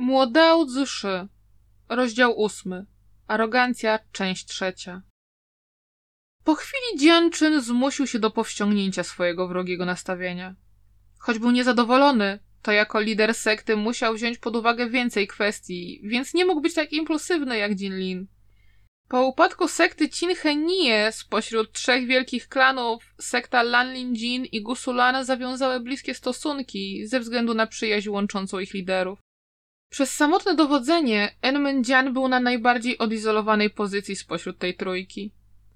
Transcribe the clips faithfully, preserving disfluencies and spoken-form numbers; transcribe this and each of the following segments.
Młodao Zszy, rozdział ósmy. Arogancja, część trzecia. Po chwili Dzianczyn zmusił się do powściągnięcia swojego wrogiego nastawienia. Choć był niezadowolony, to jako lider sekty musiał wziąć pod uwagę więcej kwestii, więc nie mógł być tak impulsywny jak Jinlin. Po upadku sekty Qinhe spośród trzech wielkich klanów, sekta Lanlinjin i Gusulan zawiązały bliskie stosunki ze względu na przyjaźń łączącą ich liderów. Przez samotne dowodzenie Enmenjian był na najbardziej odizolowanej pozycji spośród tej trójki.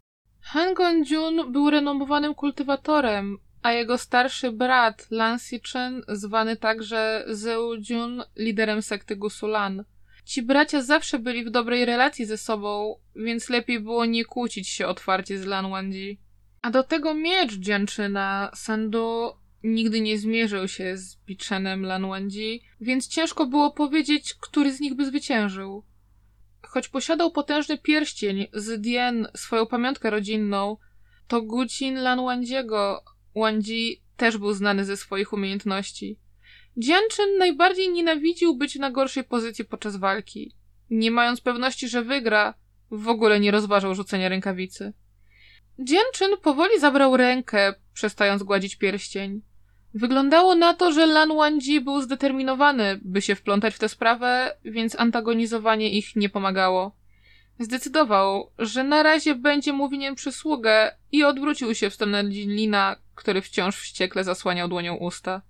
Han Gongjun był renomowanym kultywatorem, a jego starszy brat Lan Xichen, zwany także Zhou Jun, liderem sekty Gusulan. Ci bracia zawsze byli w dobrej relacji ze sobą, więc lepiej było nie kłócić się otwarcie z Lan Wangji. A do tego miecz Dzianczyna, Sandu, nigdy nie zmierzył się z Bichenem Lan Wangji, więc ciężko było powiedzieć, który z nich by zwyciężył. Choć posiadał potężny pierścień z Dien, swoją pamiątkę rodzinną, to Guqin Lan Wangjiego Wangji też był znany ze swoich umiejętności. Dzianczyn najbardziej nienawidził być na gorszej pozycji podczas walki. Nie mając pewności, że wygra, w ogóle nie rozważał rzucenia rękawicy. Dzianczyn powoli zabrał rękę, przestając gładzić pierścień. Wyglądało na to, że Lan Wangji był zdeterminowany, by się wplątać w tę sprawę, więc antagonizowanie ich nie pomagało. Zdecydował, że na razie będzie mu winien przysługę i odwrócił się w stronę Jinlina, który wciąż wściekle zasłaniał dłonią usta.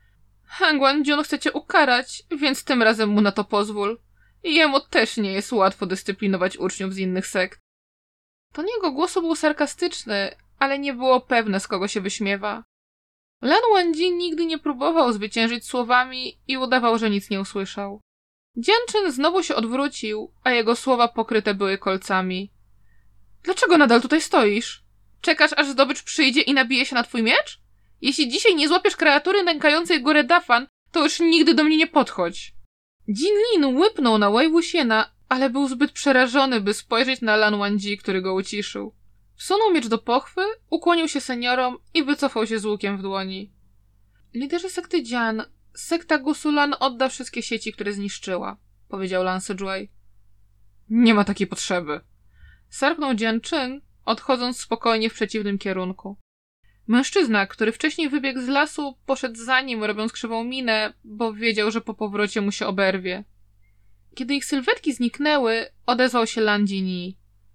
Han Guangjun chce cię ukarać, więc tym razem mu na to pozwól. Jemu też nie jest łatwo dyscyplinować uczniów z innych sekt. Ton jego głosu był sarkastyczny, ale nie było pewne, z kogo się wyśmiewa. Lan Wangji nigdy nie próbował zwyciężyć słowami i udawał, że nic nie usłyszał. Dzianczyn znowu się odwrócił, a jego słowa pokryte były kolcami. Dlaczego nadal tutaj stoisz? Czekasz, aż zdobycz przyjdzie i nabije się na twój miecz? Jeśli dzisiaj nie złapiesz kreatury nękającej górę Dafan, to już nigdy do mnie nie podchodź. Jinlin łypnął na Wei Wuxiena, ale był zbyt przerażony, by spojrzeć na Lan Wangji, który go uciszył. Wsunął miecz do pochwy, ukłonił się seniorom i wycofał się z łukiem w dłoni. Liderzy sekty Jian, sekta Gusulan odda wszystkie sieci, które zniszczyła, powiedział Lan Sizhui. Nie ma takiej potrzeby. Sarknął Dzianczyn, odchodząc spokojnie w przeciwnym kierunku. Mężczyzna, który wcześniej wybiegł z lasu, poszedł za nim, robiąc krzywą minę, bo wiedział, że po powrocie mu się oberwie. Kiedy ich sylwetki zniknęły, odezwał się Lan Jinyi.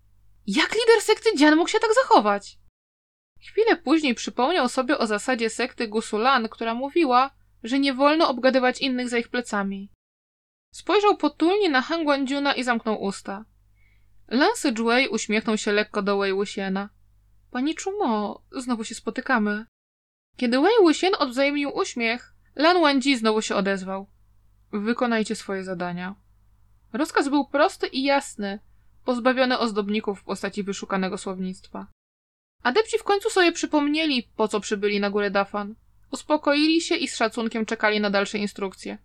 Jak lider sekty Jian mógł się tak zachować? Chwilę później przypomniał sobie o zasadzie sekty Gusulan, która mówiła, że nie wolno obgadywać innych za ich plecami. Spojrzał potulnie na Han Guangjuna i zamknął usta. Lan Sizhui uśmiechnął się lekko do Wei Wuxiena. Pani Chumo, znowu się spotykamy. Kiedy Wei Wuxian odwzajemnił uśmiech, Lan Wangji znowu się odezwał. Wykonajcie swoje zadania. Rozkaz był prosty i jasny, pozbawiony ozdobników w postaci wyszukanego słownictwa. Adepci w końcu sobie przypomnieli, po co przybyli na górę Dafan. Uspokoili się i z szacunkiem czekali na dalsze instrukcje.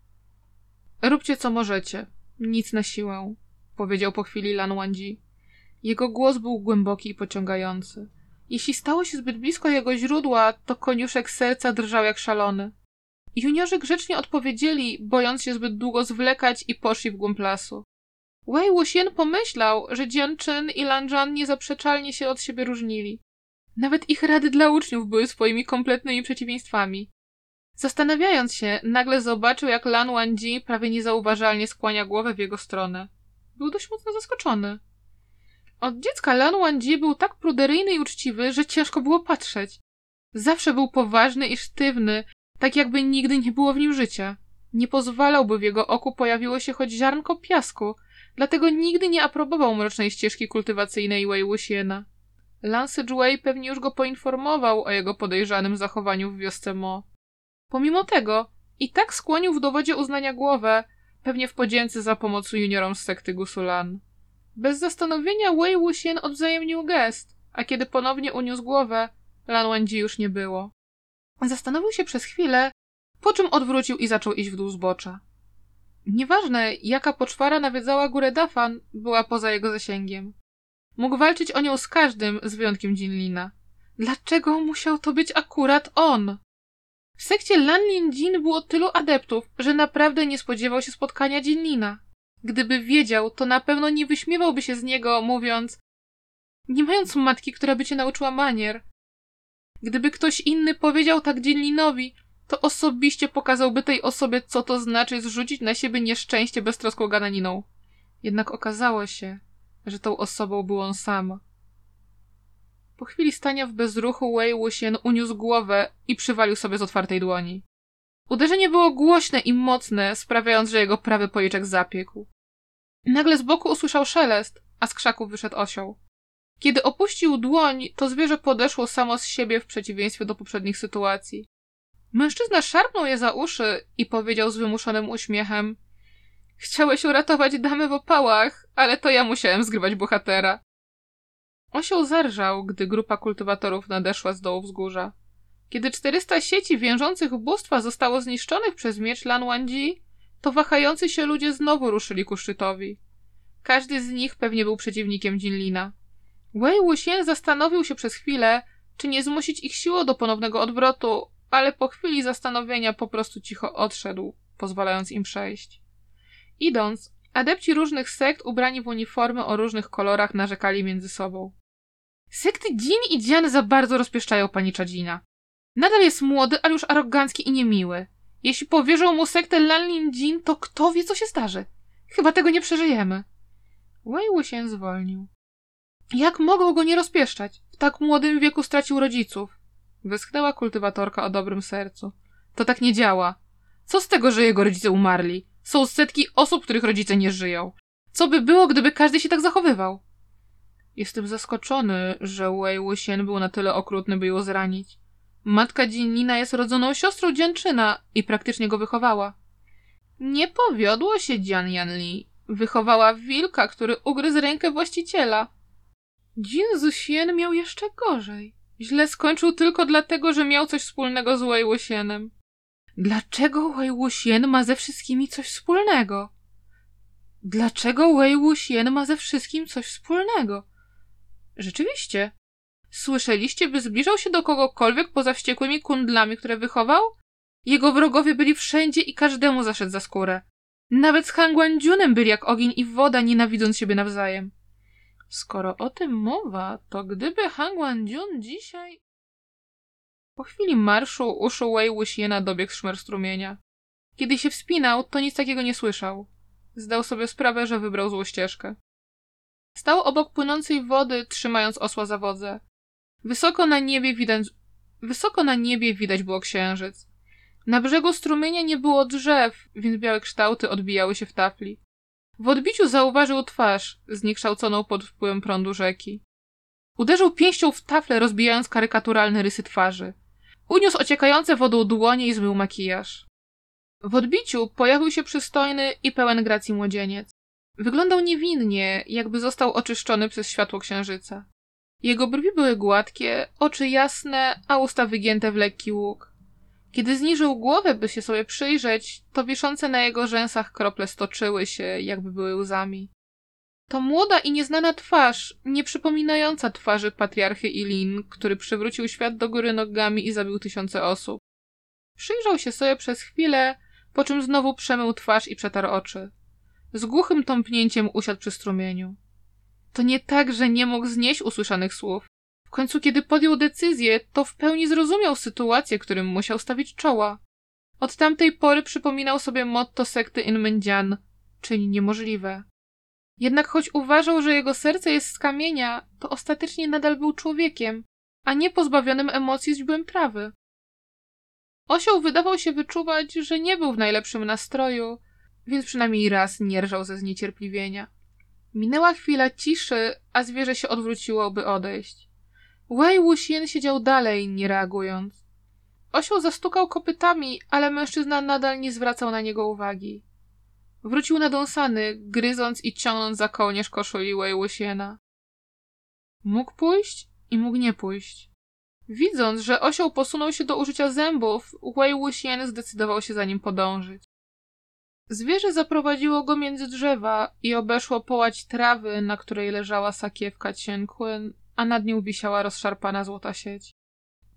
Róbcie co możecie, nic na siłę, powiedział po chwili Lan Wangji. Jego głos był głęboki i pociągający. Jeśli stało się zbyt blisko jego źródła, to koniuszek serca drżał jak szalony. Juniorzy grzecznie odpowiedzieli, bojąc się zbyt długo zwlekać, i poszli w głąb lasu. Wei Wuxian pomyślał, że Dzianczyn i Lan Zhan niezaprzeczalnie się od siebie różnili. Nawet ich rady dla uczniów były swoimi kompletnymi przeciwieństwami. Zastanawiając się, nagle zobaczył, jak Lan Wangji prawie niezauważalnie skłania głowę w jego stronę. Był dość mocno zaskoczony. Od dziecka Lan Wangji był tak pruderyjny i uczciwy, że ciężko było patrzeć. Zawsze był poważny i sztywny, tak jakby nigdy nie było w nim życia. Nie pozwalał, by w jego oku pojawiło się choć ziarnko piasku, dlatego nigdy nie aprobował mrocznej ścieżki kultywacyjnej Wei Wuxiena. Lan Sizhui pewnie już go poinformował o jego podejrzanym zachowaniu w wiosce Mo. Pomimo tego, i tak skłonił w dowodzie uznania głowę, pewnie w podzięce za pomoc juniorom z sekty Gusulan. Bez zastanowienia Wei Wuxian odwzajemnił gest, a kiedy ponownie uniósł głowę, Lan Wangji już nie było. Zastanowił się przez chwilę, po czym odwrócił i zaczął iść w dół zbocza. Nieważne, jaka poczwara nawiedzała górę Dafan, była poza jego zasięgiem. Mógł walczyć o nią z każdym, z wyjątkiem Jinlina. Dlaczego musiał to być akurat on? W sekcie Lanlin Jin było tylu adeptów, że naprawdę nie spodziewał się spotkania Jinlina. Gdyby wiedział, to na pewno nie wyśmiewałby się z niego, mówiąc: nie mając matki, która by cię nauczyła manier. Gdyby ktoś inny powiedział tak Jinlinowi, to osobiście pokazałby tej osobie, co to znaczy zrzucić na siebie nieszczęście beztroską gadaniną. Jednak okazało się, że tą osobą był on sam. Po chwili stania w bezruchu Wei Wuxian uniósł głowę i przywalił sobie z otwartej dłoni. Uderzenie było głośne i mocne, sprawiając, że jego prawy policzek zapiekł. Nagle z boku usłyszał szelest, a z krzaków wyszedł osioł. Kiedy opuścił dłoń, to zwierzę podeszło samo z siebie w przeciwieństwie do poprzednich sytuacji. Mężczyzna szarpnął je za uszy i powiedział z wymuszonym uśmiechem: chciałeś uratować damę w opałach, ale to ja musiałem zgrywać bohatera. Osioł zarżał, gdy grupa kultywatorów nadeszła z dołu wzgórza. Kiedy czterysta sieci wiążących bóstwa zostało zniszczonych przez miecz Lan Wangji, to wahający się ludzie znowu ruszyli ku szczytowi. Każdy z nich pewnie był przeciwnikiem Jinlina. Wei Wuxian zastanowił się przez chwilę, czy nie zmusić ich siłą do ponownego odwrotu, ale po chwili zastanowienia po prostu cicho odszedł, pozwalając im przejść. Idąc, adepci różnych sekt ubrani w uniformy o różnych kolorach narzekali między sobą. Sekty Jin i Jian za bardzo rozpieszczają panicza Jina. Nadal jest młody, ale już arogancki i niemiły. Jeśli powierzą mu sektę Lanlin Jin, to kto wie, co się zdarzy. Chyba tego nie przeżyjemy. Wei Wuxian zwolnił. Jak mogą go nie rozpieszczać? W tak młodym wieku stracił rodziców. Wyschnęła kultywatorka o dobrym sercu. To tak nie działa. Co z tego, że jego rodzice umarli? Są setki osób, których rodzice nie żyją. Co by było, gdyby każdy się tak zachowywał? Jestem zaskoczony, że Wei Wuxian był na tyle okrutny, by ją zranić. Matka Jinlina jest rodzoną siostrą Jianczyna i praktycznie go wychowała. Nie powiodło się Jian Yanli. Wychowała wilka, który ugryzł rękę właściciela. Jin Zuxian miał jeszcze gorzej. Źle skończył tylko dlatego, że miał coś wspólnego z Wei Wuxianem. Dlaczego Wei Wuxian ma ze wszystkimi coś wspólnego? Dlaczego Wei Wuxian ma ze wszystkim coś wspólnego? Rzeczywiście. Słyszeliście, by zbliżał się do kogokolwiek poza wściekłymi kundlami, które wychował? Jego wrogowie byli wszędzie i każdemu zaszedł za skórę. Nawet z Han Guangjunem byli jak ogień i woda, nienawidząc siebie nawzajem. Skoro o tym mowa, to gdyby Han Guangjun dzisiaj... Po chwili marszu uszu Wei Wuxiana dobiegł szmer strumienia. Kiedy się wspinał, to nic takiego nie słyszał. Zdał sobie sprawę, że wybrał złą ścieżkę. Stał obok płynącej wody, trzymając osła za wodze. Wysoko na niebie widać, wysoko na niebie widać było księżyc. Na brzegu strumienia nie było drzew, więc białe kształty odbijały się w tafli. W odbiciu zauważył twarz, zniekształconą pod wpływem prądu rzeki. Uderzył pięścią w taflę, rozbijając karykaturalne rysy twarzy. Uniósł ociekające wodą dłonie i zmył makijaż. W odbiciu pojawił się przystojny i pełen gracji młodzieniec. Wyglądał niewinnie, jakby został oczyszczony przez światło księżyca. Jego brwi były gładkie, oczy jasne, a usta wygięte w lekki łuk. Kiedy zniżył głowę, by się sobie przyjrzeć, to wiszące na jego rzęsach krople stoczyły się, jakby były łzami. To młoda i nieznana twarz, nie przypominająca twarzy patriarchy Ilin, który przywrócił świat do góry nogami i zabił tysiące osób. Przyjrzał się sobie przez chwilę, po czym znowu przemył twarz i przetarł oczy. Z głuchym tąpnięciem usiadł przy strumieniu. To nie tak, że nie mógł znieść usłyszanych słów. W końcu, kiedy podjął decyzję, to w pełni zrozumiał sytuację, którym musiał stawić czoła. Od tamtej pory przypominał sobie motto sekty Inmendian: czyń niemożliwe. Jednak choć uważał, że jego serce jest z kamienia, to ostatecznie nadal był człowiekiem, a nie pozbawionym emocji źródłem prawy. Osioł wydawał się wyczuwać, że nie był w najlepszym nastroju, więc przynajmniej raz nie rżał ze zniecierpliwienia. Minęła chwila ciszy, a zwierzę się odwróciło, by odejść. Wei Wuxian siedział dalej, nie reagując. Osioł zastukał kopytami, ale mężczyzna nadal nie zwracał na niego uwagi. Wrócił nadąsany, gryząc i ciągnąc za kołnierz koszuli Wei Wuxiana. Mógł pójść i mógł nie pójść. Widząc, że osioł posunął się do użycia zębów, Wei Wuxian zdecydował się za nim podążyć. Zwierzę zaprowadziło go między drzewa i obeszło połać trawy, na której leżała sakiewka Cienquen, a nad nią wisiała rozszarpana złota sieć.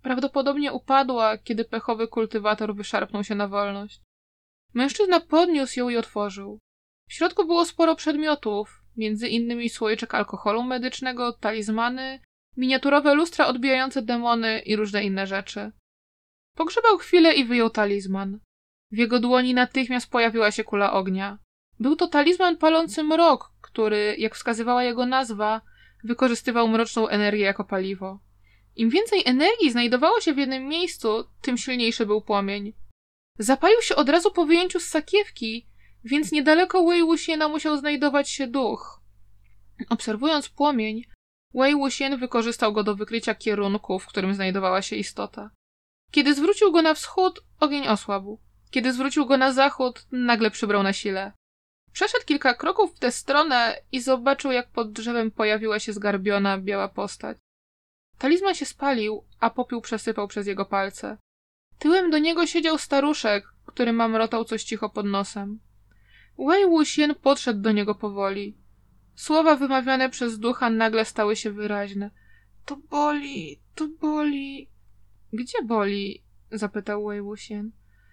Prawdopodobnie upadła, kiedy pechowy kultywator wyszarpnął się na wolność. Mężczyzna podniósł ją i otworzył. W środku było sporo przedmiotów, między innymi słoiczek alkoholu medycznego, talizmany, miniaturowe lustra odbijające demony i różne inne rzeczy. Pogrzebał chwilę i wyjął talizman. W jego dłoni natychmiast pojawiła się kula ognia. Był to talizman palący mrok, który, jak wskazywała jego nazwa, wykorzystywał mroczną energię jako paliwo. Im więcej energii znajdowało się w jednym miejscu, tym silniejszy był płomień. Zapalił się od razu po wyjęciu z sakiewki, więc niedaleko Wei Wuxiena musiał znajdować się duch. Obserwując płomień, Wei Wuxian wykorzystał go do wykrycia kierunku, w którym znajdowała się istota. Kiedy zwrócił go na wschód, ogień osłabł. Kiedy zwrócił go na zachód, nagle przybrał na sile. Przeszedł kilka kroków w tę stronę i zobaczył, jak pod drzewem pojawiła się zgarbiona, biała postać. Talizman się spalił, a popiół przesypał przez jego palce. Tyłem do niego siedział staruszek, który mamrotał coś cicho pod nosem. Wei Wuxian podszedł do niego powoli. Słowa wymawiane przez ducha nagle stały się wyraźne. To boli, to boli. Gdzie boli? Zapytał Wei Wuxian.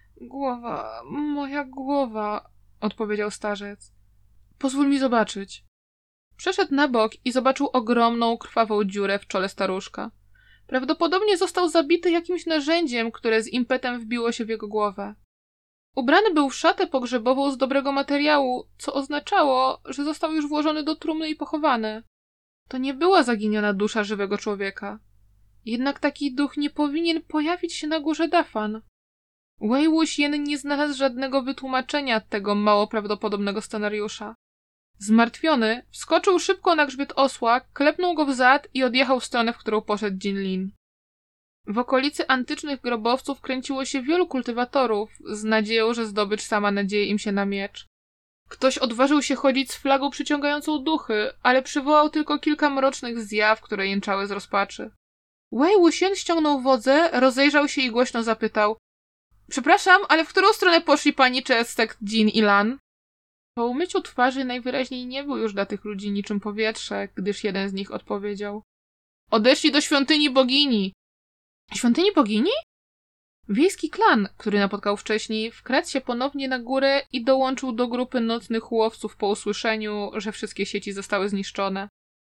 Głowa, moja głowa, odpowiedział starzec. Pozwól mi zobaczyć. Przeszedł na bok i zobaczył ogromną, krwawą dziurę w czole staruszka. Prawdopodobnie został zabity jakimś narzędziem, które z impetem wbiło się w jego głowę. Ubrany był w szatę pogrzebową z dobrego materiału, co oznaczało, że został już włożony do trumny i pochowany. To nie była zaginiona dusza żywego człowieka. Jednak taki duch nie powinien pojawić się na górze Dafan. Wei Wuxian nie znalazł żadnego wytłumaczenia tego mało prawdopodobnego scenariusza. Zmartwiony, wskoczył szybko na grzbiet osła, klepnął go w zad i odjechał w stronę, w którą poszedł Jinlin. W okolicy antycznych grobowców kręciło się wielu kultywatorów, z nadzieją, że zdobycz sama nadzieje im się na miecz. Ktoś odważył się chodzić z flagą przyciągającą duchy, ale przywołał tylko kilka mrocznych zjaw, które jęczały z rozpaczy. Wei Wuxian ściągnął wodzę, rozejrzał się i głośno zapytał: Przepraszam, ale w którą stronę poszli pani Chestek, Jin i Lan? Po umyciu twarzy najwyraźniej nie był już dla tych ludzi niczym powietrze, gdyż jeden z nich odpowiedział: Odeszli do świątyni bogini. Świątyni bogini? Wiejski klan, który napotkał wcześniej, wkradł się ponownie na górę i dołączył do grupy nocnych łowców po usłyszeniu, że wszystkie sieci zostały zniszczone.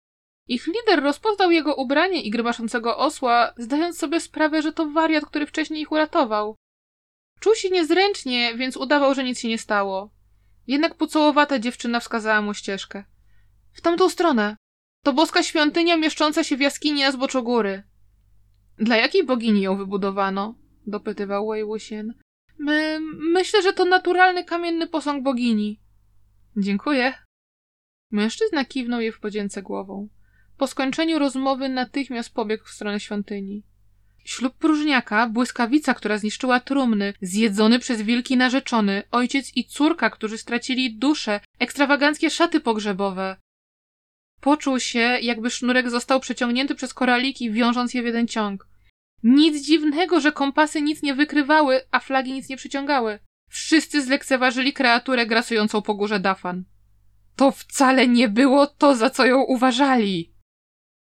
Ich lider rozpoznał jego ubranie i grymaszącego osła, zdając sobie sprawę, że to wariat, który wcześniej ich uratował. Czuł się niezręcznie, więc udawał, że nic się nie stało. Jednak pucołowata dziewczyna wskazała mu ścieżkę. W tamtą stronę. To boska świątynia mieszcząca się w jaskini na zboczu góry. Dla jakiej bogini ją wybudowano? Dopytywał Wei Wuxian. My... myślę, że to naturalny kamienny posąg bogini. Dziękuję. Mężczyzna kiwnął jej w podzięce głową. Po skończeniu rozmowy natychmiast pobiegł w stronę świątyni. Ślub próżniaka, błyskawica, która zniszczyła trumny, zjedzony przez wilki narzeczony, ojciec i córka, którzy stracili duszę, ekstrawaganckie szaty pogrzebowe. Poczuł się, jakby sznurek został przeciągnięty przez koraliki, wiążąc je w jeden ciąg. Nic dziwnego, że kompasy nic nie wykrywały, a flagi nic nie przyciągały. Wszyscy zlekceważyli kreaturę grasującą po górze Dafan. To wcale nie było to, za co ją uważali.